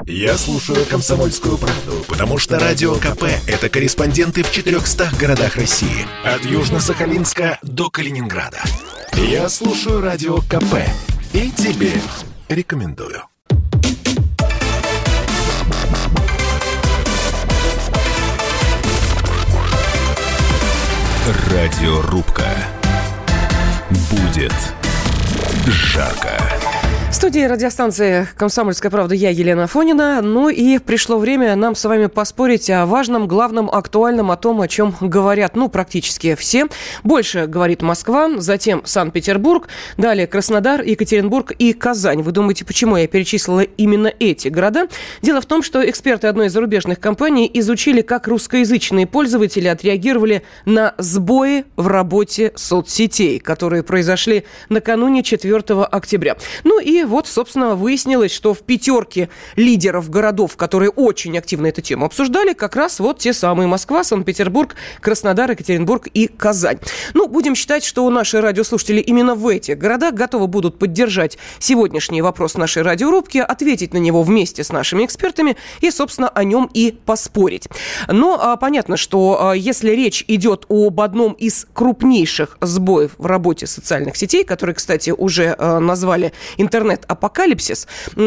Я слушаю «Комсомольскую правду», потому что Радио КП – это корреспонденты в 400 городах России. От Южно-Сахалинска до Калининграда. Я слушаю Радио КП и тебе рекомендую. Радиорубка. Будет жарко. В студии радиостанции «Комсомольская правда» я, Елена Афонина. Ну и пришло время нам с вами поспорить о важном, главном, актуальном, о том, о чем говорят, практически все. Больше говорит Москва, затем Санкт-Петербург, далее Краснодар, Екатеринбург и Казань. Вы думаете, почему я перечислила именно эти города? Дело в том, что эксперты одной из зарубежных компаний изучили, как русскоязычные пользователи отреагировали на сбои в работе соцсетей, которые произошли накануне 4 октября. Ну и вот, собственно, выяснилось, что в пятерке лидеров городов, которые очень активно эту тему обсуждали, как раз вот те самые Москва, Санкт-Петербург, Краснодар, Екатеринбург и Казань. Будем считать, что наши радиослушатели именно в этих городах готовы будут поддержать сегодняшний вопрос нашей радиорубки, ответить на него вместе с нашими экспертами и, собственно, о нем и поспорить. Но понятно, что если речь идет об одном из крупнейших сбоев в работе социальных сетей, которые, кстати, уже назвали интернет-апокалипсис,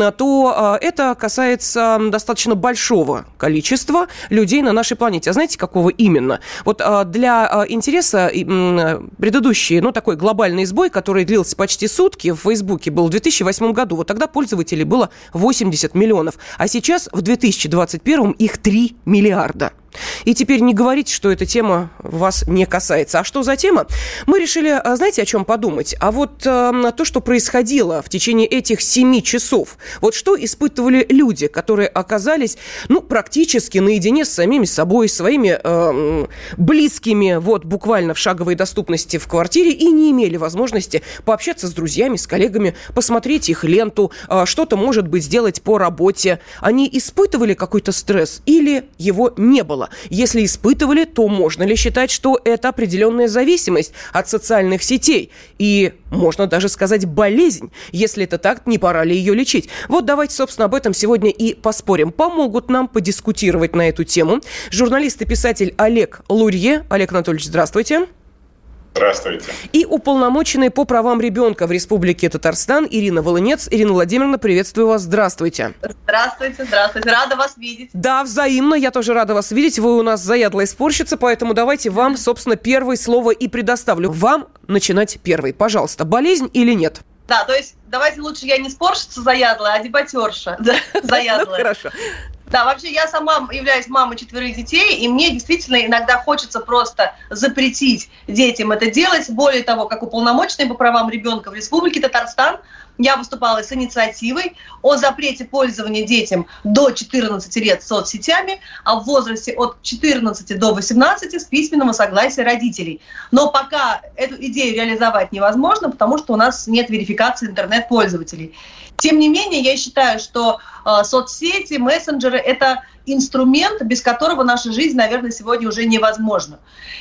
то это касается достаточно большого количества людей на нашей планете. А знаете, какого именно? Вот для интереса предыдущий, такой глобальный сбой, который длился почти сутки в Фейсбуке, был в 2008 году. Вот тогда пользователей было 80 миллионов. А сейчас, в 2021 их 3 миллиарда. И теперь не говорите, что эта тема вас не касается. А что за тема? Мы решили, знаете, о чем подумать? А вот то, что происходило в течение этих 7 часов. Вот что испытывали люди, которые оказались, практически наедине с самими собой, своими близкими, буквально в шаговой доступности в квартире и не имели возможности пообщаться с друзьями, с коллегами, посмотреть их ленту, что-то, может быть, сделать по работе. Они испытывали какой-то стресс или его не было? Если испытывали, то можно ли считать, что это определенная зависимость от социальных сетей? И можно даже сказать болезнь. Если это так, не пора ли ее лечить? Вот давайте, собственно, об этом сегодня и поспорим. Помогут нам подискутировать на эту тему журналист и писатель Олег Лурье. Олег Анатольевич, здравствуйте. Здравствуйте. И уполномоченный по правам ребенка в Республике Татарстан Ирина Волынец. Ирина Владимировна, приветствую вас. Здравствуйте. Здравствуйте. Рада вас видеть. Да, взаимно. Я тоже рада вас видеть. Вы у нас заядлая спорщица, поэтому давайте вам, собственно, первое слово и предоставлю. Вам начинать первый. Пожалуйста, болезнь или нет? Да, то есть давайте лучше я не спорщица заядлая, а дебатерша заядлая. Хорошо. Да, вообще я сама являюсь мамой 4 детей, и мне действительно иногда хочется просто запретить детям это делать. Более того, как уполномоченный по правам ребенка в Республике Татарстан, я выступала с инициативой о запрете пользования детям до 14 лет соцсетями, а в возрасте от 14 до 18 с письменного согласия родителей. Но пока эту идею реализовать невозможно, потому что у нас нет верификации интернет-пользователей. Тем не менее, я считаю, что соцсети, мессенджеры – это инструмент, без которого наша жизнь, наверное, сегодня уже невозможна.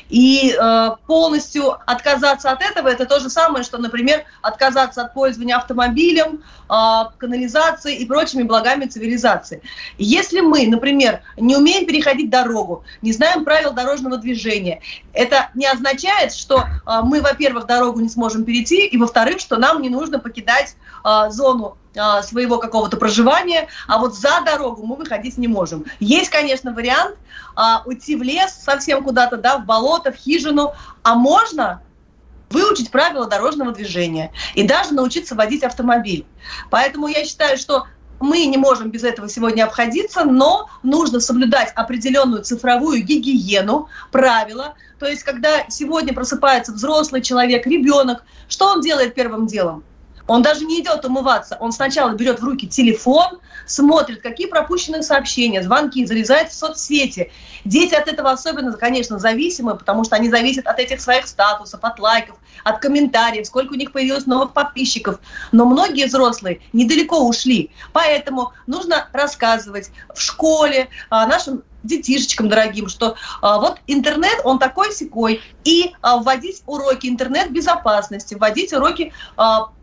И полностью отказаться от этого – это то же самое, что, например, отказаться от пользования автомобилем, канализацией и прочими благами цивилизации. Если мы, например, не умеем переходить дорогу, не знаем правил дорожного движения, это не означает, что мы, во-первых, дорогу не сможем перейти, и, во-вторых, что нам не нужно покидать зону своего какого-то проживания, а вот за дорогу мы выходить не можем. Есть, конечно, вариант уйти в лес совсем куда-то, в болото, в хижину, а можно выучить правила дорожного движения и даже научиться водить автомобиль. Поэтому я считаю, что мы не можем без этого сегодня обходиться, но нужно соблюдать определенную цифровую гигиену, правила. То есть, когда сегодня просыпается взрослый человек, ребенок, что он делает первым делом? Он даже не идет умываться, он сначала берет в руки телефон, смотрит, какие пропущенные сообщения, звонки, залезает в соцсети. Дети от этого особенно, конечно, зависимы, потому что они зависят от этих своих статусов, от лайков, от комментариев, сколько у них появилось новых подписчиков. Но многие взрослые недалеко ушли, поэтому нужно рассказывать в школе нашим детишечкам дорогим, что вот интернет, он такой-сякой, и вводить уроки интернет-безопасности, вводить уроки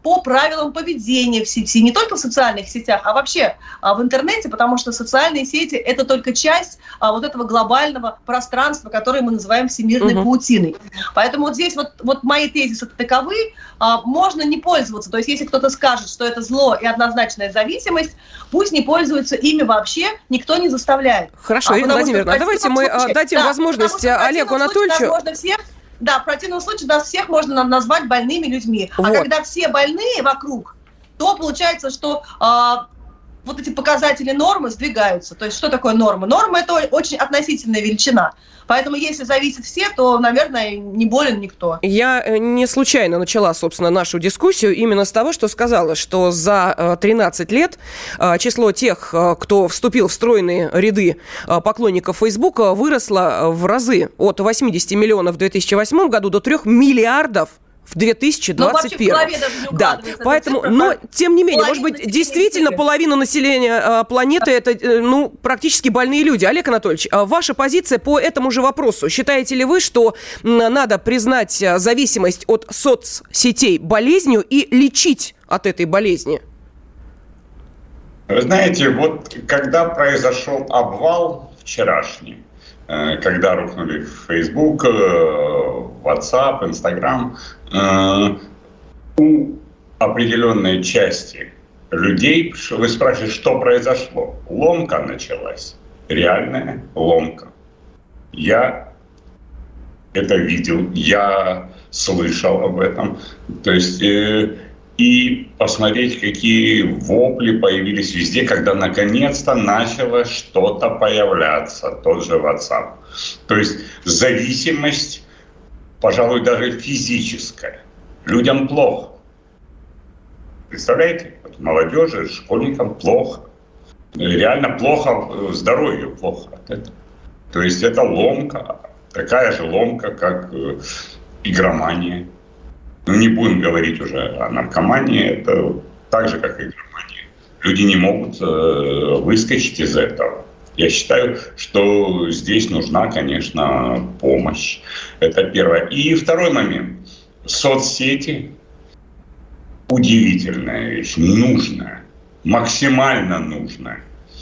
по правилам поведения в сети, не только в социальных сетях, а вообще в интернете, потому что социальные сети – это только часть вот этого глобального пространства, которое мы называем всемирной паутиной. Поэтому вот здесь вот мои тезисы таковы, можно не пользоваться. То есть если кто-то скажет, что это зло и однозначная зависимость, пусть не пользуются ими вообще, никто не заставляет. Хорошо, Ирина Владимировна, давайте мы дадим возможность Олегу Анатольевичу. Да, в противном случае нас всех можно назвать больными людьми. Вот. А когда все больные вокруг, то получается, что вот эти показатели нормы сдвигаются. То есть что такое норма? Норма – это очень относительная величина. Поэтому если зависят все, то, наверное, не болен никто. Я не случайно начала, собственно, нашу дискуссию именно с того, что сказала, что за 13 лет число тех, кто вступил в стройные ряды поклонников Фейсбука, выросло в разы. От 80 миллионов в 2008 году до 3 миллиардов в 2021. Да, поэтому, но тем не менее, может быть, действительно половина населения планеты это, практически больные люди. Олег Анатольевич, ваша позиция по этому же вопросу. Считаете ли вы, что надо признать зависимость от соцсетей болезнью и лечить от этой болезни? Вы знаете, вот когда произошел обвал вчерашний, когда рухнули Facebook, WhatsApp, Instagram, у определенной части людей, вы спрашиваете, что произошло? Ломка началась, реальная ломка. Я это видел, я слышал об этом. То есть и посмотреть, какие вопли появились везде, когда наконец-то начало что-то появляться, тот же WhatsApp. То есть зависимость, пожалуй, даже физическая. Людям плохо. Представляете? Молодежи, школьникам плохо. Реально плохо, здоровью плохо от этого. То есть это ломка, такая же ломка, как игромания. Не будем говорить уже о наркомании, это так же, как и игромания. Люди не могут выскочить из этого. Я считаю, что здесь нужна, конечно, помощь. Это первое. И второй момент. Соцсети – удивительная вещь, нужная, максимально нужная.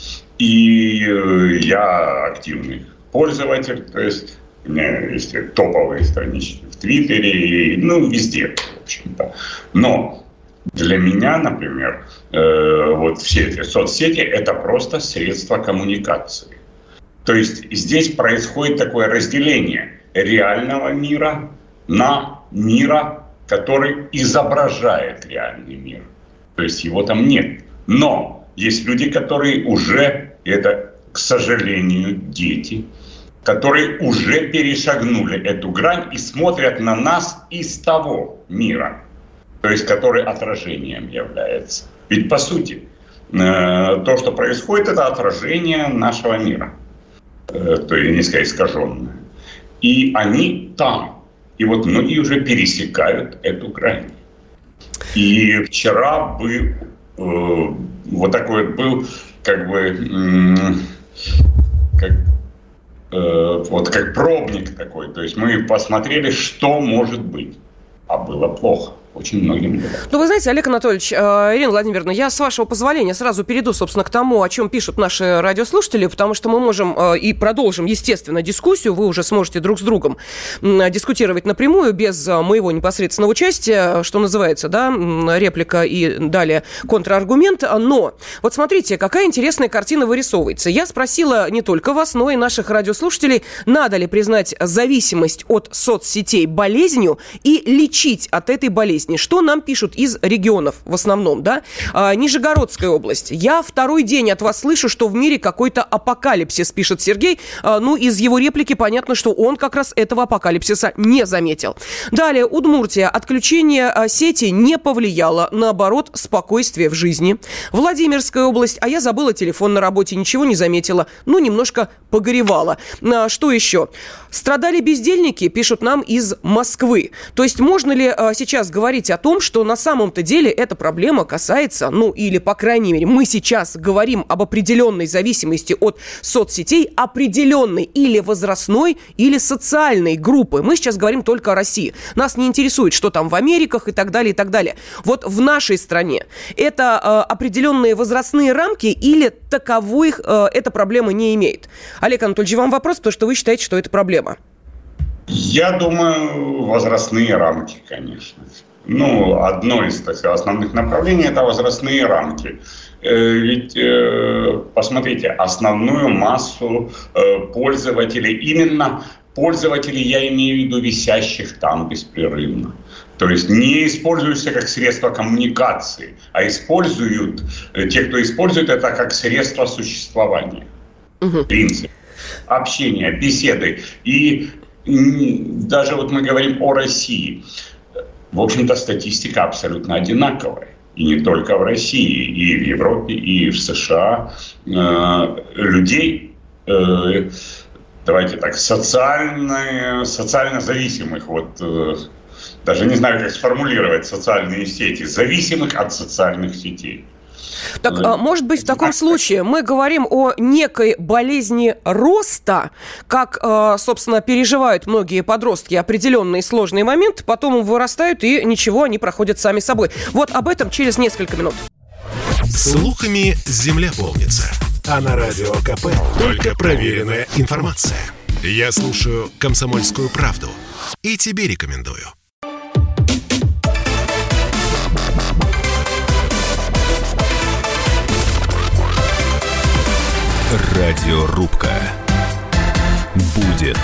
И я активный пользователь, то есть у меня есть топовые странички в Твиттере, везде, в общем-то. Но для меня, например, вот все эти соцсети – это просто средство коммуникации. То есть здесь происходит такое разделение реального мира на мира, который изображает реальный мир. То есть его там нет. Но есть люди, которые уже, это, к сожалению, дети, которые уже перешагнули эту грань и смотрят на нас из того мира, то есть который отражением является. Ведь по сути то, что происходит, это отражение нашего мира, то есть несколько искаженное. И они там. И вот многие уже пересекают эту грань. И вчера вот такой был как пробник такой. То есть мы посмотрели, что может быть. А было плохо. Очень многим было. Вы знаете, Олег Анатольевич, Ирина Владимировна, я, с вашего позволения, сразу перейду, собственно, к тому, о чем пишут наши радиослушатели, потому что мы можем и продолжим, естественно, дискуссию. Вы уже сможете друг с другом дискутировать напрямую, без моего непосредственного участия, что называется, да, реплика и далее контраргумент. Но вот смотрите, какая интересная картина вырисовывается. Я спросила не только вас, но и наших радиослушателей, надо ли признать зависимость от соцсетей болезнью и лечить от этой болезни. Что нам пишут из регионов в основном, да? Нижегородская область. Я второй день от вас слышу, что в мире какой-то апокалипсис, пишет Сергей. Из его реплики понятно, что он как раз этого апокалипсиса не заметил. Далее, Удмуртия. Отключение сети не повлияло. Наоборот, спокойствие в жизни. Владимирская область. А я забыла телефон на работе, ничего не заметила. Немножко погоревала. Что еще? Страдали бездельники, пишут нам из Москвы. То есть можно ли сейчас говорить говорить о том, что на самом-то деле эта проблема касается, или, по крайней мере, мы сейчас говорим об определенной зависимости от соцсетей, определенной или возрастной, или социальной группы. Мы сейчас говорим только о России. Нас не интересует, что там в Америках и так далее, и так далее. Вот в нашей стране это определенные возрастные рамки или таковых эта проблема не имеет? Олег Анатольевич, вам вопрос, потому что вы считаете, что это проблема. Я думаю, возрастные рамки, конечно. Одно из основных направлений – это возрастные рамки. Ведь, посмотрите, основную массу пользователей, именно пользователей, я имею в виду висящих там беспрерывно. То есть не используются как средство коммуникации, а используют, те, кто использует это как средство существования. Принцип общения, беседы. И даже вот мы говорим о России. В общем-то, статистика абсолютно одинаковая. И не только в России, и в Европе, и в США. Людей, давайте так, социально зависимых, даже не знаю, как сформулировать социальные сети, зависимых от социальных сетей. Так, может быть, в таком случае мы говорим о некой болезни роста, как, собственно, переживают многие подростки определенные сложные моменты, потом вырастают, и ничего, они проходят сами собой. Вот об этом через несколько минут. Слухами земля полнится. А на Радио КП только проверенная информация. Я слушаю «Комсомольскую правду» и тебе рекомендую. Радиорубка. Будет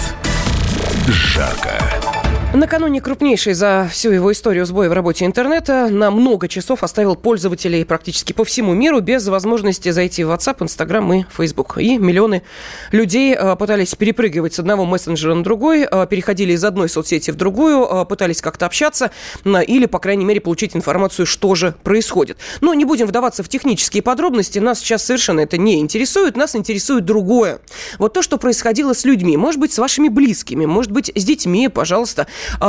жарко. Накануне крупнейший за всю его историю сбой в работе интернета на много часов оставил пользователей практически по всему миру без возможности зайти в WhatsApp, Instagram и Facebook. И миллионы людей пытались перепрыгивать с одного мессенджера на другой, переходили из одной соцсети в другую, пытались как-то общаться или, по крайней мере, получить информацию, что же происходит. Но не будем вдаваться в технические подробности, нас сейчас совершенно это не интересует, нас интересует другое. Вот то, что происходило с людьми, может быть, с вашими близкими, может быть, с детьми, пожалуйста.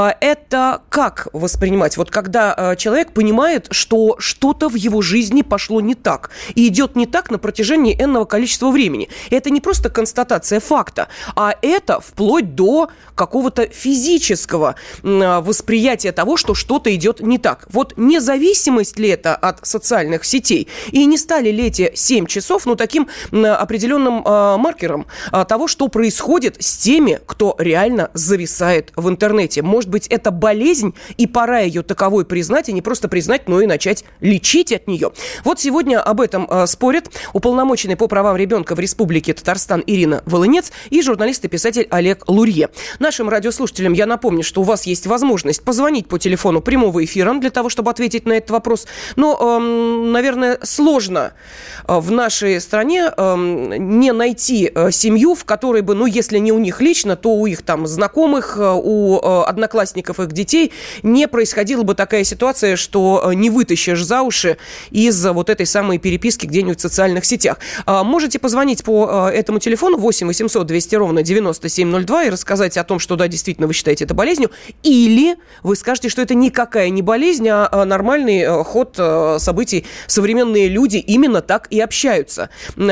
Это как воспринимать? Вот когда человек понимает, что что-то в его жизни пошло не так, и идет не так на протяжении энного количества времени. Это не просто констатация факта, а это вплоть до какого-то физического восприятия того, что что-то идет не так. Вот независимость ли это от социальных сетей? И не стали ли эти 7 часов, таким определенным маркером того, что происходит с теми, кто реально зависает в интернете? Может быть, это болезнь, и пора ее таковой признать, и не просто признать, но и начать лечить от нее. Вот сегодня об этом спорят уполномоченный по правам ребенка в Республике Татарстан Ирина Волынец и журналист и писатель Олег Лурье. Нашим радиослушателям я напомню, что у вас есть возможность позвонить по телефону прямого эфира для того, чтобы ответить на этот вопрос. Но, наверное, сложно в нашей стране не найти семью, в которой бы, если не у них лично, то у их там знакомых, у одноклассников их детей не происходила бы такая ситуация, что не вытащишь за уши из вот этой самой переписки где-нибудь в социальных сетях. Можете позвонить по этому телефону 8 800 200 ровно 9702 и рассказать о том, что да, действительно вы считаете это болезнью, или вы скажете, что это никакая не болезнь, а нормальный ход событий. Современные люди именно так и общаются.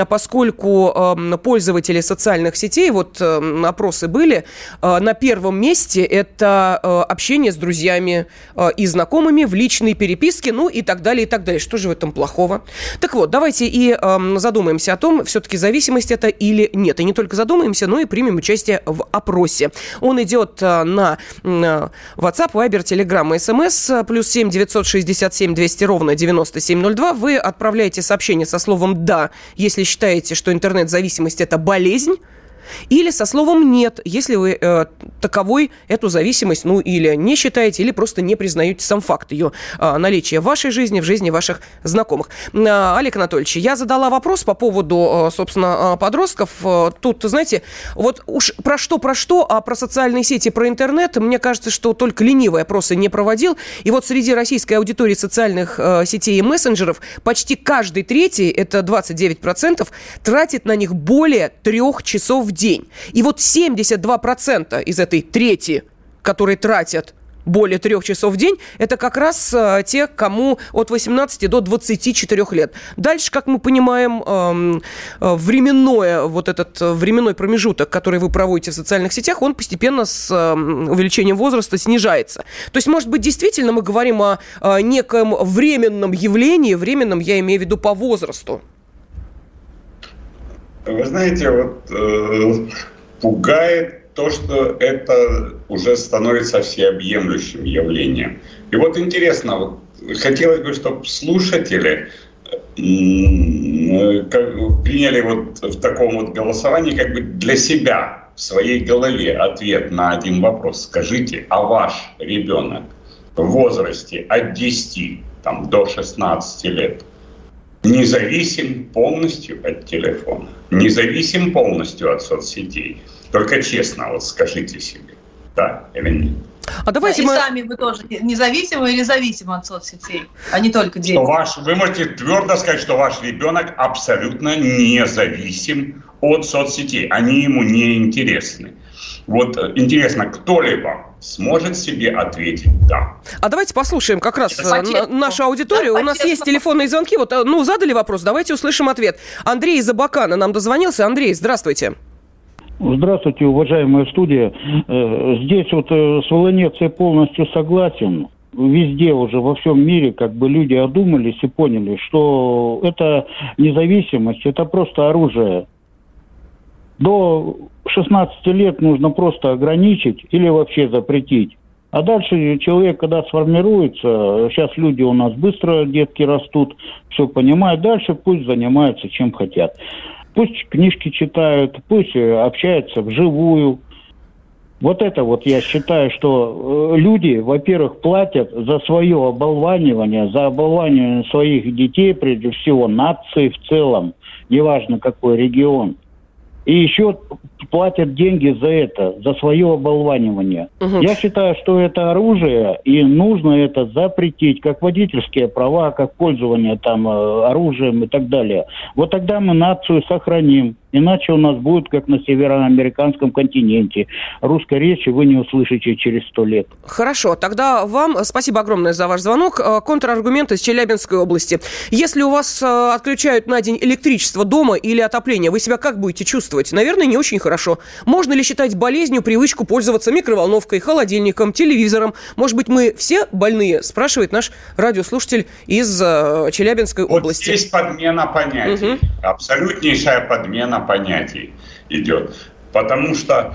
Поскольку пользователи социальных сетей, вот опросы были, на первом месте это общение с друзьями и знакомыми в личной переписке, и так далее, и так далее. Что же в этом плохого? Так вот, давайте и задумаемся о том, все-таки зависимость это или нет. И не только задумаемся, но и примем участие в опросе. Он идет на WhatsApp, Viber, Telegram и SMS, +7 967 200 ровно 9702. Вы отправляете сообщение со словом «да», если считаете, что интернет-зависимость это болезнь, или со словом «нет», если вы таковой эту зависимость, или не считаете, или просто не признаете сам факт ее наличия в вашей жизни, в жизни ваших знакомых. Олег Анатольевич, я задала вопрос по поводу, собственно, подростков. Тут, знаете, вот уж про что, а про социальные сети, про интернет, мне кажется, что только ленивый опросы не проводил. И вот среди российской аудитории социальных сетей и мессенджеров почти каждый третий, это 29%, тратит на них более 3 часов в день. И вот 72% из этой трети, которые тратят более 3 часов в день, это как раз те, кому от 18 до 24 лет. Дальше, как мы понимаем, временной промежуток, который вы проводите в социальных сетях, он постепенно с увеличением возраста снижается. То есть, может быть, действительно мы говорим о неком временном явлении, временном, я имею в виду, по возрасту. Вы знаете, пугает то, что это уже становится всеобъемлющим явлением. И интересно, хотелось бы, чтобы слушатели приняли в таком голосовании для себя, в своей голове ответ на один вопрос. Скажите, а ваш ребенок в возрасте от 10 до 16 лет независим полностью от телефона, независим полностью от соцсетей? Только честно скажите себе, да или нет. А давайте сами вы тоже независимы или зависимы от соцсетей, а не только дети? Вы можете твердо сказать, что ваш ребенок абсолютно независим от соцсетей. Они ему не интересны. Интересно, кто-либо сможет себе ответить «да». А давайте послушаем как раз нашу аудиторию. У нас есть телефонные звонки. Задали вопрос, давайте услышим ответ. Андрей из Абакана нам дозвонился. Андрей, здравствуйте. Здравствуйте, уважаемая студия. Здесь с Волынецей полностью согласен. Везде уже во всем мире люди одумались и поняли, что это независимость, это просто оружие. До 16 лет нужно просто ограничить или вообще запретить. А дальше человек, когда сформируется, сейчас люди у нас быстро, детки растут, все понимают, дальше пусть занимаются чем хотят. Пусть книжки читают, пусть общаются вживую. Это я считаю, что люди, во-первых, платят за свое оболванивание, за оболванивание своих детей, прежде всего, нации в целом, неважно какой регион. И еще платят деньги за это, за свое оболванивание. Угу. Я считаю, что это оружие, и нужно это запретить, как водительские права, как пользование оружием и так далее. Тогда мы нацию сохраним. Иначе у нас будет, как на североамериканском континенте. Русской речи вы не услышите через 100 лет. Хорошо, тогда вам спасибо огромное за ваш звонок. Контраргумент из Челябинской области. Если у вас отключают на день электричество дома или отопление, вы себя как будете чувствовать? Наверное, не очень хорошо. Можно ли считать болезнью привычку пользоваться микроволновкой, холодильником, телевизором? Может быть, мы все больные? Спрашивает наш радиослушатель из Челябинской области. Здесь подмена понятий. Угу. Абсолютнейшая подмена понятий идет. Потому что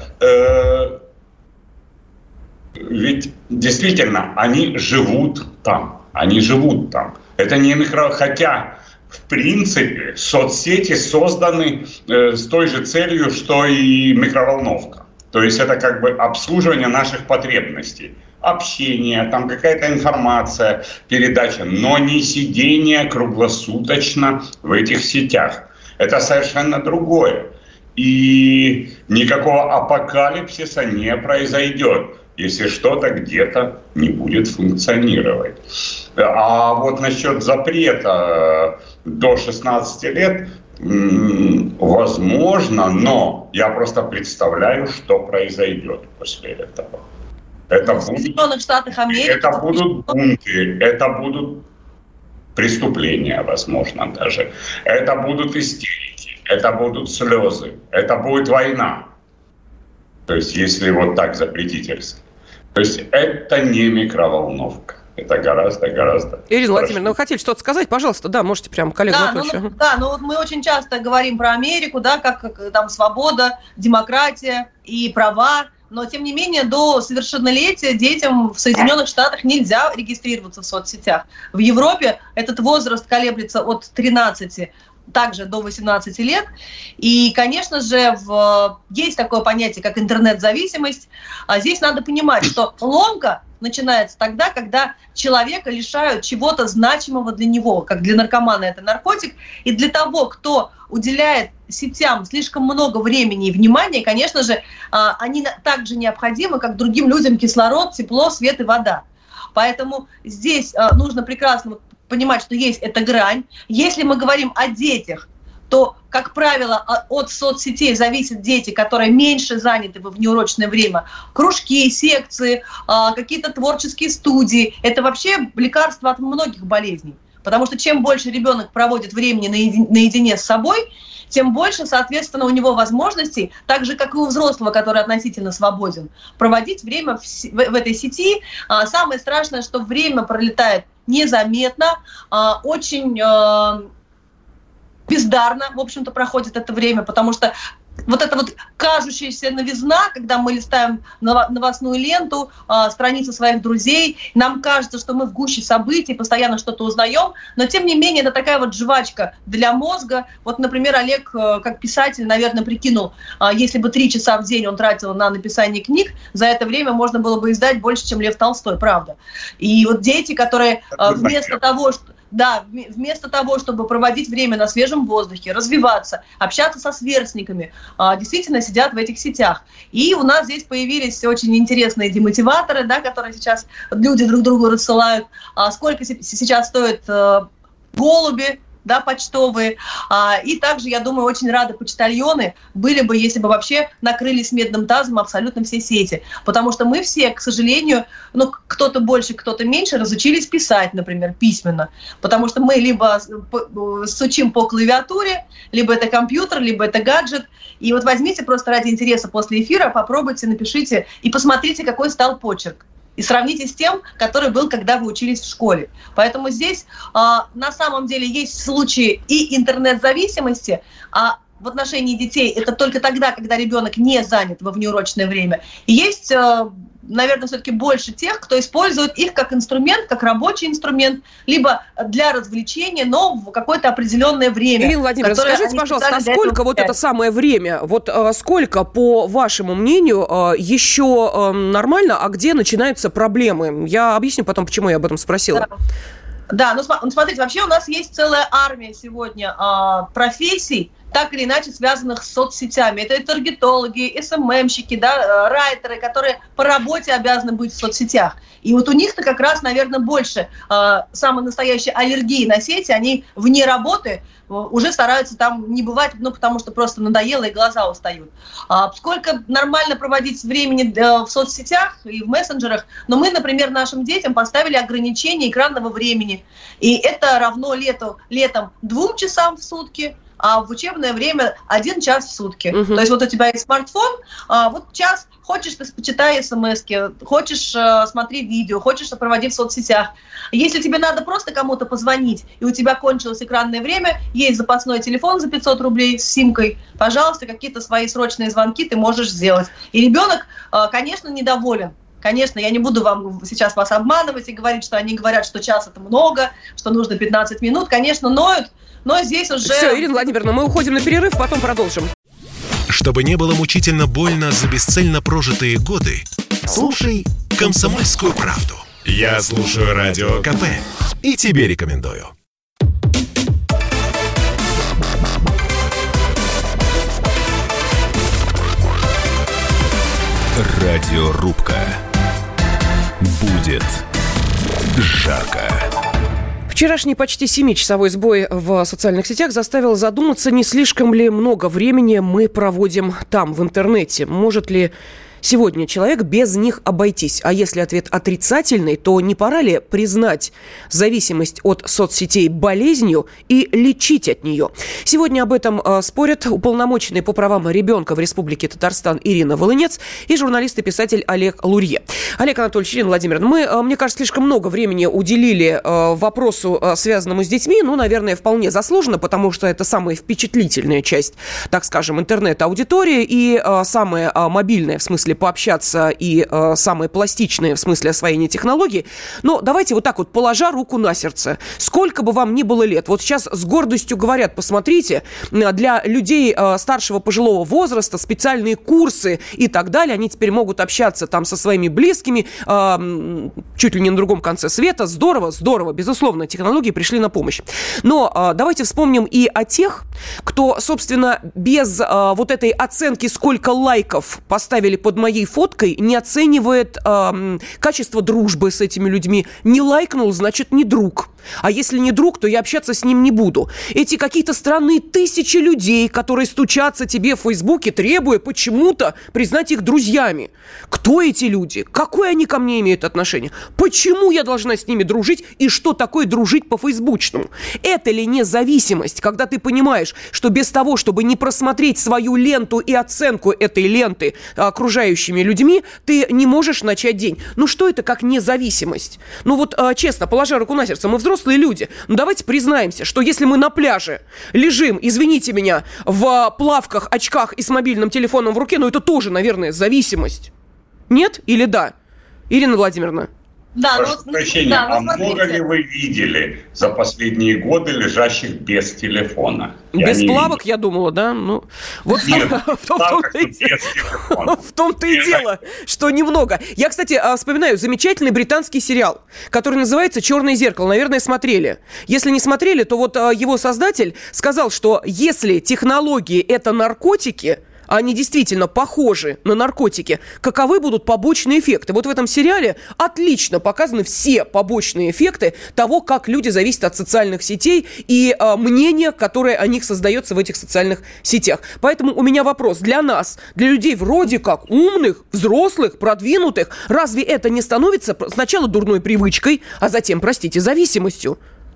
ведь действительно они живут там. Это не хотя в принципе соцсети созданы с той же целью, что и микроволновка. То есть это обслуживание наших потребностей. Общение, какая-то информация, передача, но не сидение круглосуточно в этих сетях. Это совершенно другое. И никакого апокалипсиса не произойдет, если что-то где-то не будет функционировать. А насчет запрета до 16 лет, возможно, но я просто представляю, что произойдет после этого. В Соединенных Штатах Америки это будут бунты, это будут преступления, возможно, даже. Это будут истерики, это будут слезы, это будет война. То есть, если так запретительство. То есть, это не микроволновка. Это гораздо. Ирина Владимировна, вы хотели что-то сказать? Пожалуйста, да, можете прям коллегу отвечать. Мы очень часто говорим про Америку, как там свобода, демократия и права. Но, тем не менее, до совершеннолетия детям в Соединенных Штатах нельзя регистрироваться в соцсетях. В Европе этот возраст колеблется от 13 также до 18 лет. И, конечно же, есть такое понятие, как интернет-зависимость. А здесь надо понимать, что ломка начинается тогда, когда человека лишают чего-то значимого для него, как для наркомана это наркотик. И для того, кто уделяет сетям слишком много времени и внимания, конечно же, они так же необходимы, как другим людям кислород, тепло, свет и вода. Поэтому здесь нужно прекрасно понимать, что есть эта грань. Если мы говорим о детях, то, как правило, от соцсетей зависят дети, которые меньше заняты во внеурочное время. Кружки, секции, какие-то творческие студии. Это вообще лекарство от многих болезней. Потому что чем больше ребенок проводит времени наедине с собой, тем больше, соответственно, у него возможностей, так же, как и у взрослого, который относительно свободен, проводить время в этой сети. Самое страшное, что время пролетает незаметно, очень бездарно, в общем-то, проходит это время, потому что вот эта вот кажущаяся новизна, когда мы листаем новостную ленту, страницы своих друзей, нам кажется, что мы в гуще событий, постоянно что-то узнаем, но тем не менее это такая вот жвачка для мозга. Вот, например, Олег, как писатель, наверное, прикинул, если бы 3 часа в день он тратил на написание книг, за это время можно было бы издать больше, чем Лев Толстой, правда. И вот дети, которые вместо того, чтобы проводить время на свежем воздухе, развиваться, общаться со сверстниками, действительно сидят в этих сетях. И у нас здесь появились очень интересные демотиваторы, да, которые сейчас люди друг другу рассылают. Сколько сейчас стоят голуби, да, почтовые. И также, я думаю, очень рады почтальоны были бы, если бы вообще накрылись медным тазом абсолютно все сети. Потому что мы все, к сожалению, кто-то больше, кто-то меньше, разучились писать, например, письменно. Потому что мы либо стучим по клавиатуре, либо это компьютер, либо это гаджет. И вот возьмите просто ради интереса после эфира, попробуйте, напишите и посмотрите, какой стал почерк. И сравните с тем, который был, когда вы учились в школе. Поэтому здесь на самом деле есть случаи и интернет-зависимости, а в отношении детей это только тогда, когда ребенок не занят во внеурочное время. И есть, наверное, все-таки больше тех, кто использует их как инструмент, как рабочий инструмент, либо для развлечения, но в какое-то определенное время. Ирина Владимировна, скажите, пожалуйста, а сколько вот это самое время, вот сколько, по вашему мнению, еще нормально, а где начинаются проблемы? Я объясню потом, почему я об этом спросила. Да, ну смотрите, вообще у нас есть целая армия сегодня профессий, так или иначе связанных с соцсетями. Это и таргетологи, СММщики, да, райтеры, которые по работе обязаны быть в соцсетях. И вот у них-то как раз, наверное, больше самой настоящей аллергии на сети. Они вне работы уже стараются там не бывать, потому что просто надоело и глаза устают. Сколько нормально проводить времени в соцсетях и в мессенджерах, но мы, например, нашим детям поставили ограничение экранного времени. И это равно летом 2 часам в сутки, а в учебное время 1 час в сутки. То есть вот у тебя есть смартфон, вот час, хочешь ты почитай смски, хочешь смотри видео, хочешь проводи в соцсетях. Если тебе надо просто кому-то позвонить, и у тебя кончилось экранное время, есть запасной телефон за 500 рублей с симкой, пожалуйста, какие-то свои срочные звонки ты можешь сделать. И ребенок, конечно, недоволен. Конечно, я не буду сейчас вас обманывать и говорить, что они говорят, что час это много, что нужно 15 минут. Конечно, ноют, но здесь уже... Все, Ирина Владимировна, мы уходим на перерыв, потом продолжим. Чтобы не было мучительно больно за бесцельно прожитые годы, слушай «Комсомольскую правду». Я слушаю Радио КП и тебе рекомендую. Радиорубка. Будет жарко. Вчерашний почти 7-часовой сбой в социальных сетях заставил задуматься, не слишком ли много времени мы проводим там, в интернете. Может ли сегодня человек без них обойтись? А если ответ отрицательный, то не пора ли признать зависимость от соцсетей болезнью и лечить от нее? Сегодня об этом спорят уполномоченный по правам ребенка в Республике Татарстан Ирина Волынец и журналист и писатель Олег Лурье. Олег Анатольевич, Ирина Владимировна, мы, мне кажется, слишком много времени уделили вопросу, связанному с детьми. Ну, наверное, вполне заслуженно, потому что это самая впечатлительная часть, так скажем, интернет-аудитории и самая мобильная, в смысле пообщаться, и самые пластичные в смысле освоения технологий. Но давайте вот так вот, положа руку на сердце. Сколько бы вам ни было лет, вот сейчас с гордостью говорят, посмотрите, для людей старшего пожилого возраста специальные курсы и так далее, они теперь могут общаться там со своими близкими, чуть ли не на другом конце света. Здорово, здорово, безусловно, технологии пришли на помощь. Но давайте вспомним и о тех, кто, собственно, без вот этой оценки, сколько лайков поставили под моей фоткой, не оценивает качество дружбы с этими людьми. Не лайкнул, значит, не друг. А если не друг, то я общаться с ним не буду. Эти какие-то странные тысячи людей, которые стучатся тебе в Фейсбуке, требуя почему-то признать их друзьями. Кто эти люди? Какое они ко мне имеют отношение? Почему я должна с ними дружить? И что такое дружить по-фейсбучному? Это ли не зависимость, когда ты понимаешь, что без того, чтобы не просмотреть свою ленту и оценку этой ленты окружающими людьми, ты не можешь начать день? Ну что это как независимость? Ну вот честно, положа руку на сердце, мы взрослые люди. Ну давайте признаемся, что если мы на пляже лежим, извините меня, в плавках, очках и с мобильным телефоном в руке, ну это тоже, наверное, зависимость. Нет или да? Ирина Владимировна? Да, прошу прощения, а много ли вы видели за последние годы лежащих без телефона? Без плавок, я думала, да? Ну, вот в том-то и дело, что немного. Я, кстати, вспоминаю замечательный британский сериал, который называется «Черное зеркало». Наверное, смотрели. Если не смотрели, то вот его создатель сказал, что если технологии – это наркотики, они действительно похожи на наркотики, каковы будут побочные эффекты? Вот в этом сериале отлично показаны все побочные эффекты того, как люди зависят от социальных сетей и мнения, которое о них создается в этих социальных сетях. Поэтому у меня вопрос для нас, для людей вроде как умных, взрослых, продвинутых. Разве это не становится сначала дурной привычкой, а затем, простите, зависимостью?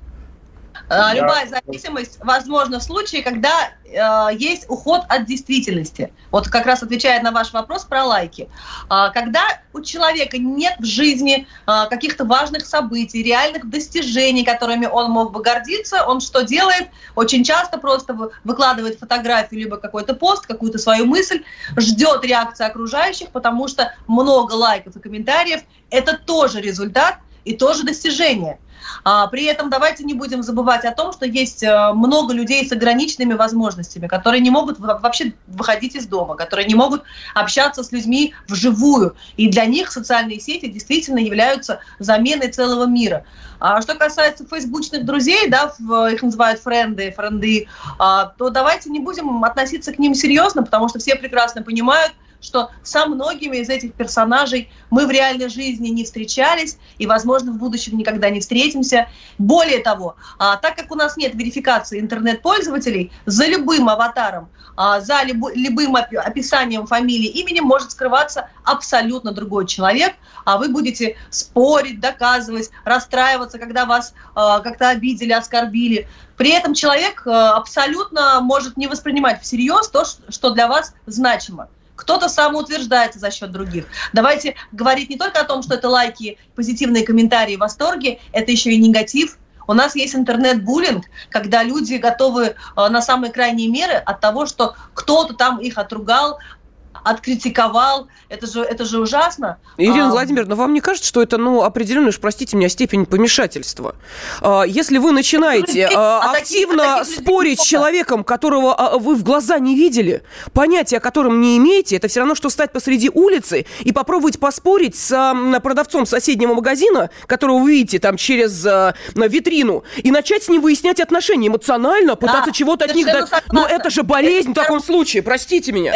Любая зависимость возможна в случае, когда есть уход от действительности. Вот как раз отвечая на ваш вопрос про лайки. Когда у человека нет в жизни каких-то важных событий, реальных достижений, которыми он мог бы гордиться, он что делает? Очень часто просто выкладывает фотографию, либо какой-то пост, какую-то свою мысль, ждет реакции окружающих, потому что много лайков и комментариев – это тоже результат и тоже достижение. При этом давайте не будем забывать о том, что есть много людей с ограниченными возможностями, которые не могут вообще выходить из дома, которые не могут общаться с людьми вживую. И для них социальные сети действительно являются заменой целого мира. Что касается фейсбучных друзей, да, их называют френды, то давайте не будем относиться к ним серьезно, потому что все прекрасно понимают, что со многими из этих персонажей мы в реальной жизни не встречались и, возможно, в будущем никогда не встретимся. Более того, так как у нас нет верификации интернет-пользователей, за любым аватаром, за любым описанием фамилии, именем может скрываться абсолютно другой человек, а вы будете спорить, доказывать, расстраиваться, когда вас как-то обидели, оскорбили. При этом человек абсолютно может не воспринимать всерьез то, что для вас значимо. Кто-то самоутверждается за счет других. Давайте говорить не только о том, что это лайки, позитивные комментарии, восторги, это еще и негатив. У нас есть интернет-буллинг, когда люди готовы на самые крайние меры от того, что кто-то там их отругал, откритиковал. Это же ужасно. Ирина Владимировна, вам не кажется, что это, определенная, простите меня, степень помешательства? Если вы начинаете активно спорить с человеком, которого вы в глаза не видели, понятия о котором не имеете, это все равно, что встать посреди улицы и попробовать поспорить с продавцом соседнего магазина, которого вы видите там через витрину, и начать с ним выяснять отношения эмоционально, пытаться чего-то от них дать. Но это же болезнь в таком случае, простите меня.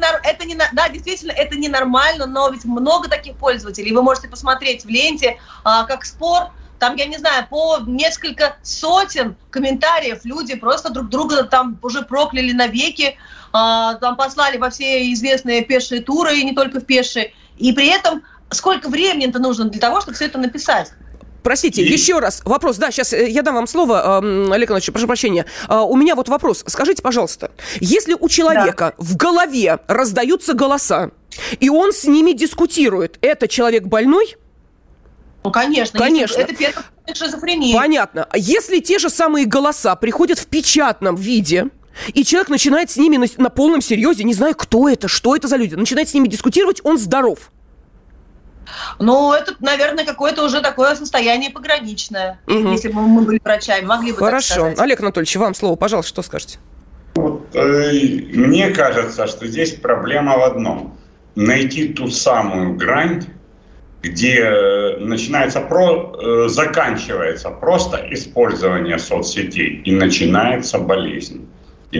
Да, действительно, это ненормально, но ведь много таких пользователей. Вы можете посмотреть в ленте, как спор, там, я не знаю, по несколько сотен комментариев люди просто друг друга там уже прокляли навеки, там послали во все известные пешие туры, и не только в пешие. И при этом сколько времени-то нужно для того, чтобы все это написать? Простите, еще раз вопрос. Да, сейчас я дам вам слово, Олег Иванович, прошу прощения. У меня вот вопрос. Скажите, пожалуйста, если у человека в голове раздаются голоса, и он с ними дискутирует, это человек больной? Ну, конечно. Это первая шизофрения. Понятно. Если те же самые голоса приходят в печатном виде, и человек начинает с ними на полном серьезе, не знаю, кто это, что это за люди, начинает с ними дискутировать, он здоров. Ну, это, наверное, какое-то уже такое состояние пограничное. Если бы мы были врачами, могли бы так сказать. Хорошо. Олег Анатольевич, вам слово, пожалуйста, что скажете? Мне кажется, что здесь проблема в одном. Найти ту самую грань, где заканчивается просто использование соцсетей, и начинается болезнь, и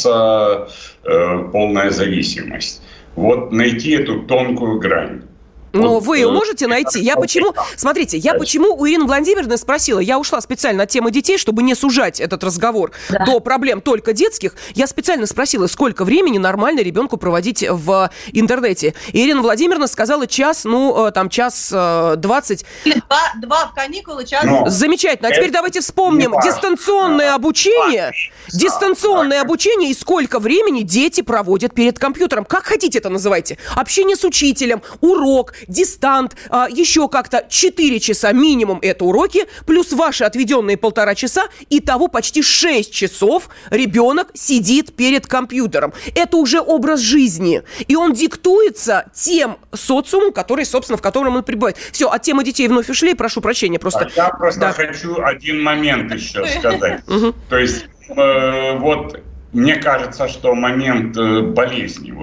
начинается полная зависимость. Вот найти эту тонкую грань. Но вы ее можете найти? Я почему у Ирины Владимировны спросила, я ушла специально от темы детей, чтобы не сужать этот разговор до проблем только детских. Я специально спросила, сколько времени нормально ребенку проводить в интернете. И Ирина Владимировна сказала час 20. Два в каникулы, час. Замечательно. А теперь давайте вспомним дистанционное обучение. Дистанционное обучение и сколько времени дети проводят перед компьютером. Как хотите это называйте. Общение с учителем, урок, дистант, еще как-то 4 часа минимум это уроки, плюс ваши отведенные 1,5 часа, итого почти 6 часов ребенок сидит перед компьютером. Это уже образ жизни. И он диктуется тем социумом, который, собственно, в котором он пребывает. Все, от темы детей вновь ушли, прошу прощения. Я просто хочу один момент еще сказать. То есть, мне кажется, что момент болезни,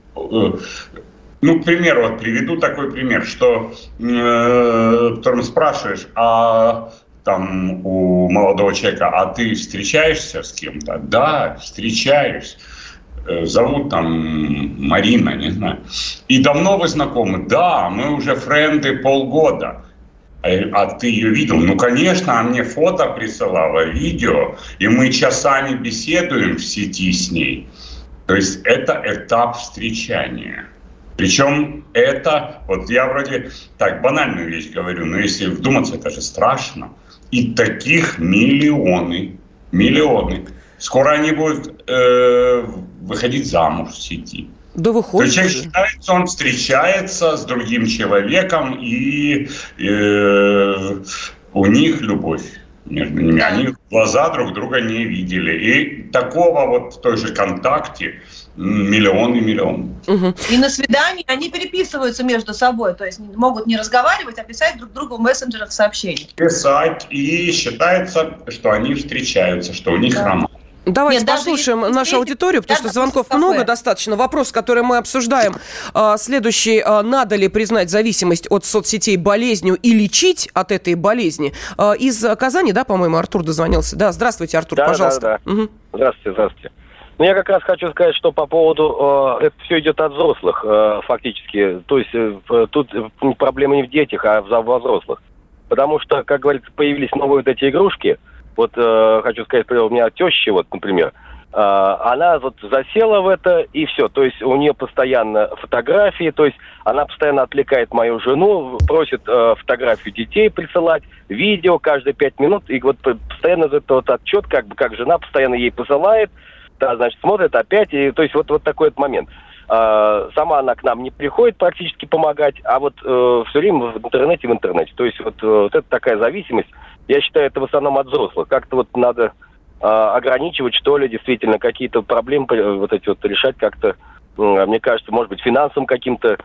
к примеру, приведу такой пример, что которым спрашиваешь, у молодого человека, а ты встречаешься с кем-то? Да, встречаюсь. Зовут Марина, не знаю. И давно вы знакомы? Да, мы уже френды полгода. А ты ее видел? Ну, конечно, она мне фото присылала, видео, и мы часами беседуем в сети с ней. То есть это этап встречания. Причем это, я вроде так банальную вещь говорю, но если вдуматься, это же страшно. И таких миллионы. Скоро они будут выходить замуж в сети. Да выходит. То есть считается, он встречается с другим человеком, и у них любовь между ними. Они глаза друг друга не видели. И такого в той же ВКонтакте миллионы. И на свидании они переписываются между собой, то есть могут не разговаривать, а писать друг другу в мессенджерах сообщения. Писать, и считается, что они встречаются, что у них роман. Давайте послушаем нашу аудиторию, потому что звонков много достаточно. Вопрос, который мы обсуждаем, следующий. Надо ли признать зависимость от соцсетей болезнью и лечить от этой болезни? Из Казани, по-моему, Артур дозвонился. Да, здравствуйте, Артур, пожалуйста. Да. Угу. Здравствуйте. Я как раз хочу сказать, что по поводу... это все идет от взрослых, фактически. То есть тут проблема не в детях, а во взрослых. Потому что, как говорится, появились новые эти игрушки. Хочу сказать, у меня теща, например, она засела в это, и все. То есть у нее постоянно фотографии, то есть она постоянно отвлекает мою жену, просит фотографию детей присылать, видео каждые 5 минут, и постоянно этот отчет, как жена постоянно ей посылает, смотрит опять, и то есть такой момент. Сама она к нам не приходит практически помогать, а все время в интернете. То есть это такая зависимость. Я считаю, это в основном от взрослых. Как-то надо ограничивать, что ли, действительно, какие-то проблемы решать как-то, мне кажется, может быть, финансовым каким-то,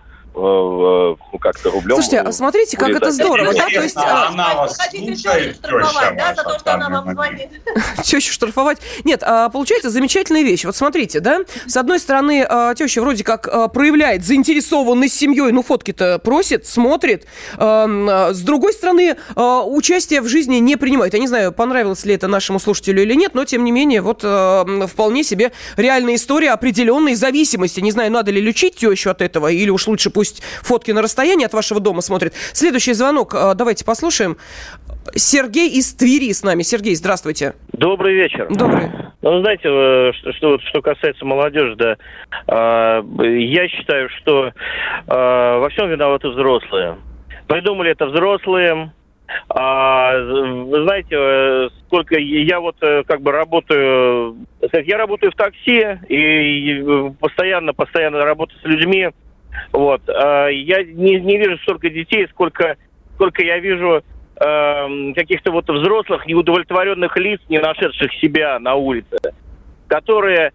как-то рублем. Слушайте, а смотрите, как это здорово, да? То есть она вас слушает, штрафовать, за то, что она вам звонит. Тещу штрафовать? Нет, получается замечательная вещь. Смотрите, да? С одной стороны, теща вроде как проявляет заинтересованность семьей, фотки-то просит, смотрит. С другой стороны, участие в жизни не принимает. Я не знаю, понравилось ли это нашему слушателю или нет, но, тем не менее, вполне себе реальная история определенной зависимости. Не знаю, надо ли лечить тещу от этого, или уж лучше пусть фотки на расстоянии от вашего дома смотрит. Следующий звонок, давайте послушаем. Сергей из Твери с нами. Сергей, здравствуйте. Добрый вечер. Добрый. Знаете, что касается молодежи, я считаю, что во всем виноваты взрослые. Придумали это взрослые. Вы знаете, сколько я работаю, я работаю в такси и постоянно работаю с людьми. Я не вижу столько детей, сколько я вижу каких-то взрослых, неудовлетворенных лиц, не нашедших себя на улице, которые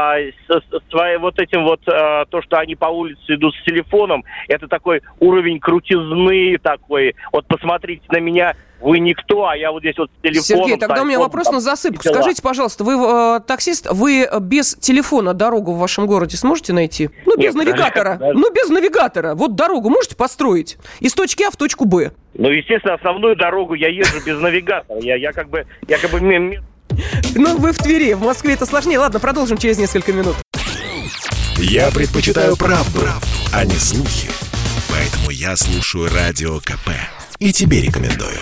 то, что они по улице идут с телефоном, это такой уровень крутизны такой. Посмотрите на меня, вы никто, а я здесь с телефоном. Сергей, тогда у меня вопрос на засыпку. Скажите, пожалуйста, вы таксист, вы без телефона дорогу в вашем городе сможете найти? Без навигатора. Без навигатора. Дорогу можете построить из точки А в точку Б? Естественно, основную дорогу я езжу без навигатора. Я как бы вы в Твери, в Москве это сложнее. Ладно, продолжим через несколько минут. Я предпочитаю правду, а не слухи. Поэтому я слушаю Радио КП. И тебе рекомендую.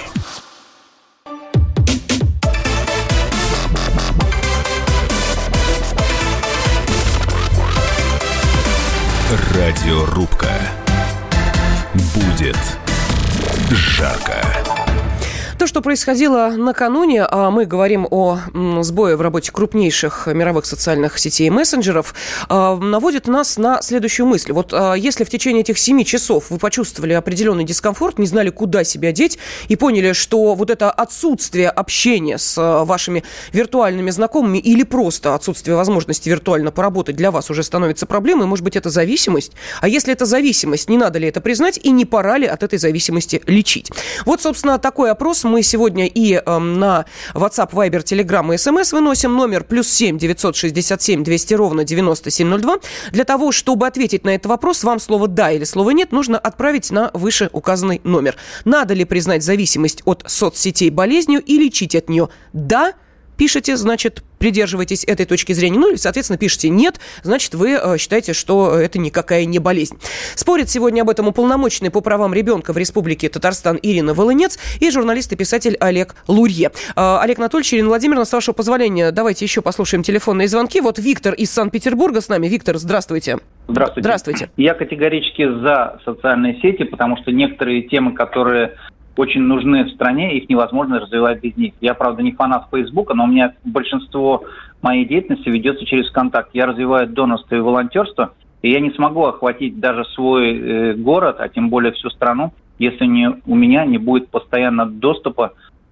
Радиорубка. Будет жарко. То, что происходило накануне, мы говорим о сбое в работе крупнейших мировых социальных сетей и мессенджеров, наводит нас на следующую мысль. Вот если в течение этих 7 часов вы почувствовали определенный дискомфорт, не знали, куда себя деть, и поняли, что вот это отсутствие общения с вашими виртуальными знакомыми или просто отсутствие возможности виртуально поработать для вас уже становится проблемой, может быть, это зависимость? А если это зависимость, не надо ли это признать и не пора ли от этой зависимости лечить? Вот, собственно, такой опрос мы сегодня и на WhatsApp, Viber, Telegram и SMS выносим. Номер +7 967 200 ровно 9702. Для того, чтобы ответить на этот вопрос, вам слово «да» или слово «нет» нужно отправить на вышеуказанный номер. Надо ли признать зависимость от соцсетей болезнью и лечить от нее? Да. Пишите, значит, придерживаетесь этой точки зрения. Ну или, соответственно, пишите «нет», значит, вы считаете, что это никакая не болезнь. Спорит сегодня об этом уполномоченный по правам ребенка в Республике Татарстан Ирина Волынец и журналист и писатель Олег Лурье. Олег Анатольевич, Ирина Владимировна, с вашего позволения, давайте еще послушаем телефонные звонки. Вот Виктор из Санкт-Петербурга с нами. Виктор, здравствуйте. Здравствуйте. Здравствуйте. Я категорически за социальные сети, потому что некоторые темы, которые очень нужны в стране, их невозможно развивать без них. Я, правда, не фанат Фейсбука, но у меня большинство моей деятельности ведется через ВКонтакте. Я развиваю донорство и волонтерство, и я не смогу охватить даже свой город, а тем более всю страну, если у меня не будет постоянно доступа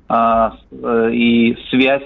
и связь.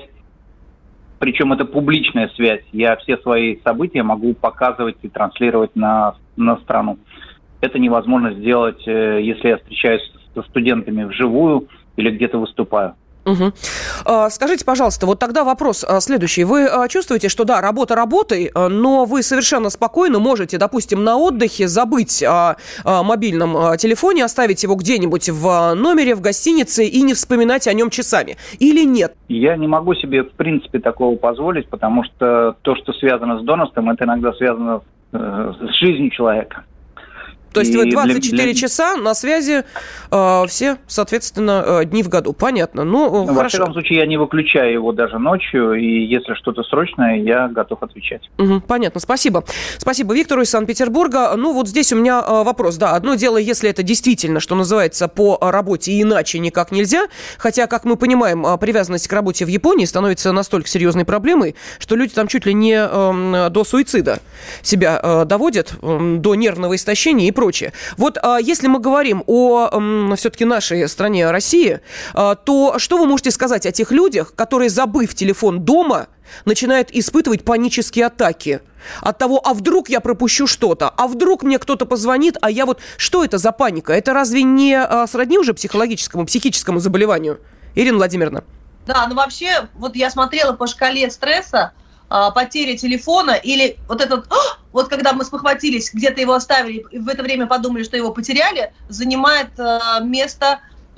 Причем это публичная связь. Я все свои события могу показывать и транслировать на страну. Это невозможно сделать, если я встречаюсь со студентами вживую или где-то выступаю. Угу. Скажите, пожалуйста, вот тогда вопрос следующий. Вы чувствуете, что да, работа работой, но вы совершенно спокойно можете, допустим, на отдыхе забыть о мобильном телефоне, оставить его где-нибудь в номере, в гостинице и не вспоминать о нем часами? Или нет? Я не могу себе, в принципе, такого позволить, потому что то, что связано с донорством, это иногда связано с жизнью человека. То есть вы 24 часа на связи все, соответственно, дни в году. Понятно. Ну, во хорошо. всяком случае, я не выключаю его даже ночью, и если что-то срочное, я готов отвечать. Угу, понятно. Спасибо. Спасибо Виктору из Санкт-Петербурга. Ну, вот здесь у меня вопрос. Да, одно дело, если это действительно, что называется, по работе иначе никак нельзя. Хотя, как мы понимаем, привязанность к работе в Японии становится настолько серьезной проблемой, что люди там чуть ли не до суицида себя доводят, до нервного истощения и прочее. Вот если мы говорим о все-таки нашей стране России, то что вы можете сказать о тех людях, которые, забыв телефон дома, начинают испытывать панические атаки от того, а вдруг я пропущу что-то, а вдруг мне кто-то позвонит, а я вот... Что это за паника? Это разве не сродни уже психическому заболеванию? Ирина Владимировна. Да, ну вообще, вот я смотрела по шкале стресса, потеря телефона или вот этот, вот когда мы спохватились, где-то его оставили, и в это время подумали, что его потеряли, занимает место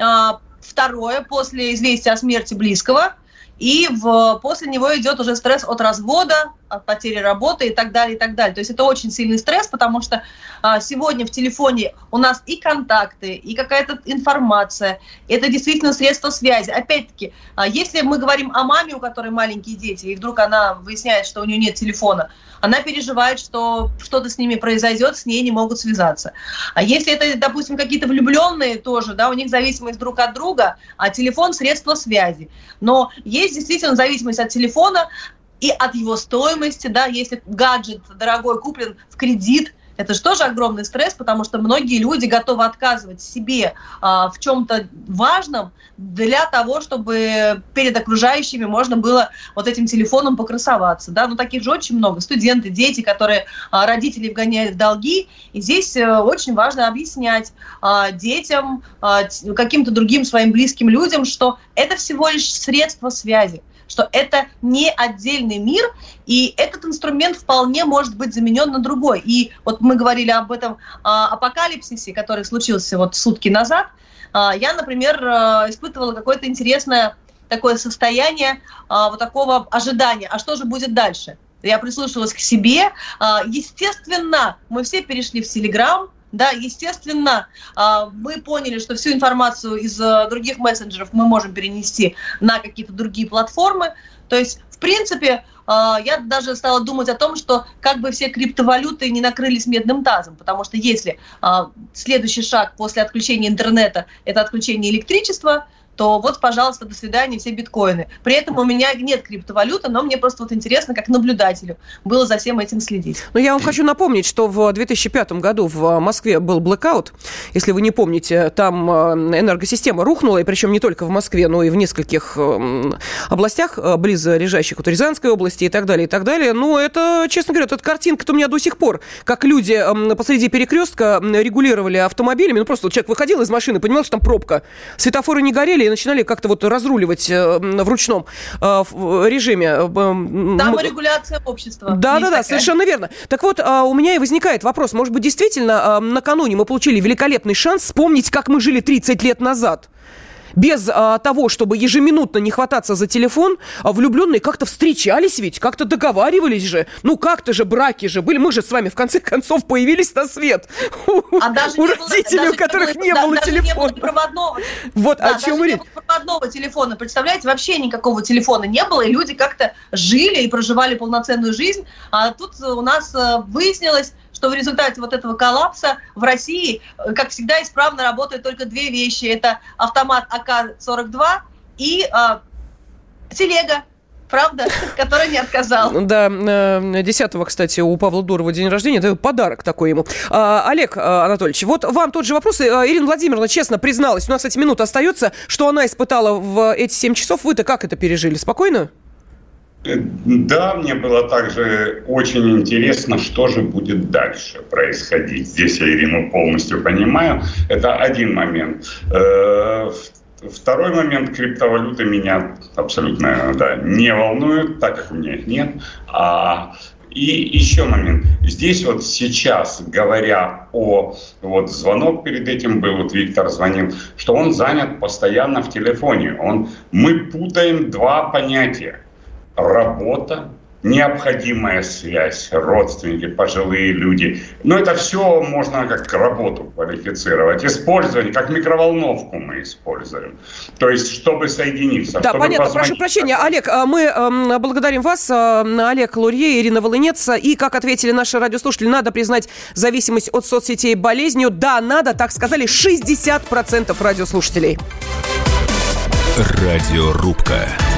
второе после известия о смерти близкого, и после него идет уже стресс от развода, от потери работы и так далее, и так далее. То есть это очень сильный стресс, потому что сегодня в телефоне у нас и контакты, и какая-то информация. Это действительно средство связи. Опять-таки, если мы говорим о маме, у которой маленькие дети, и вдруг она выясняет, что у нее нет телефона, она переживает, что что-то с ними произойдет, с ней не могут связаться. А если это, допустим, какие-то влюбленные тоже, да, у них зависимость друг от друга, а телефон – средство связи. Но есть действительно зависимость от телефона и от его стоимости, да, если гаджет дорогой куплен в кредит, это же тоже огромный стресс, потому что многие люди готовы отказывать себе в чем-то важном для того, чтобы перед окружающими можно было вот этим телефоном покрасоваться. Да? Ну, таких же очень много. Студенты, дети, которые родители вгоняют в долги. И здесь очень важно объяснять детям, каким-то другим своим близким людям, что это всего лишь средство связи, что это не отдельный мир, и этот инструмент вполне может быть заменен на другой. И вот мы говорили об этом апокалипсисе, который случился вот сутки назад. Я, например, испытывала какое-то интересное такое состояние вот такого ожидания. А что же будет дальше? Я прислушалась к себе. Естественно, мы все перешли в Telegram, Да, естественно, мы поняли, что всю информацию из других мессенджеров мы можем перенести на какие-то другие платформы. То есть, в принципе, я даже стала думать о том, что как бы все криптовалюты не накрылись медным тазом, потому что если следующий шаг после отключения интернета – это отключение электричества, то вот, пожалуйста, до свидания, все биткоины. При этом у меня нет криптовалюты, но мне просто вот интересно, как наблюдателю, было за всем этим следить. Но я вам хочу напомнить, что в 2005 году в Москве был блэкаут. Если вы не помните, там энергосистема рухнула, и причем не только в Москве, но и в нескольких областях, близлежащих от Рязанской области и так далее, и так далее. Ну, это, честно говоря, эта картинка-то у меня до сих пор, как люди посреди перекрестка регулировали автомобилями. Ну, просто вот человек выходил из машины, понимал, что там пробка, светофоры не горели, и начинали как-то вот разруливать в ручном режиме. Саморегуляция общества. Да, совершенно верно. Так вот, у меня и возникает вопрос. Может быть, действительно, накануне мы получили великолепный шанс вспомнить, как мы жили 30 лет назад? Без того, чтобы ежеминутно не хвататься за телефон, влюбленные как-то встречались ведь, как-то договаривались же. Ну, как-то же браки же были. Мы же с вами, в конце концов, появились на свет. У родителей, у которых не было телефона. Не было проводного. Вот о чем речь. Не было проводного телефона. Представляете, вообще никакого телефона не было, и люди как-то жили и проживали полноценную жизнь. А тут у нас выяснилось, что в результате вот этого коллапса в России, как всегда, исправно работают только две вещи. Это автомат АК-42 и телега, правда, который не отказал. Да, 10-го, кстати, у Павла Дурова день рождения. Это подарок такой ему. Олег Анатольевич, вот вам тот же вопрос. Ирина Владимировна честно призналась, у нас, кстати, минута остается, что она испытала в эти 7 часов. Вы-то как это пережили? Спокойно? Да, мне было также очень интересно, что же будет дальше происходить. Здесь я Ирину полностью понимаю. Это один момент. Второй момент, криптовалюты меня абсолютно не волнуют, так как у меня их нет. И еще момент. Здесь вот сейчас, говоря вот звонок перед этим был, вот Виктор звонил, что он занят постоянно в телефоне. Мы путаем два понятия. Работа, необходимая связь, родственники, пожилые люди. Но это все можно как работу квалифицировать. Использование, как микроволновку мы используем. То есть, чтобы соединиться. Да, чтобы понятно, прошу прощения. Олег, мы благодарим вас. Олег Лурье, Ирина Волынец. И, как ответили наши радиослушатели, надо признать зависимость от соцсетей болезнью. Да, надо, так сказали 60% радиослушателей. Радиорубка.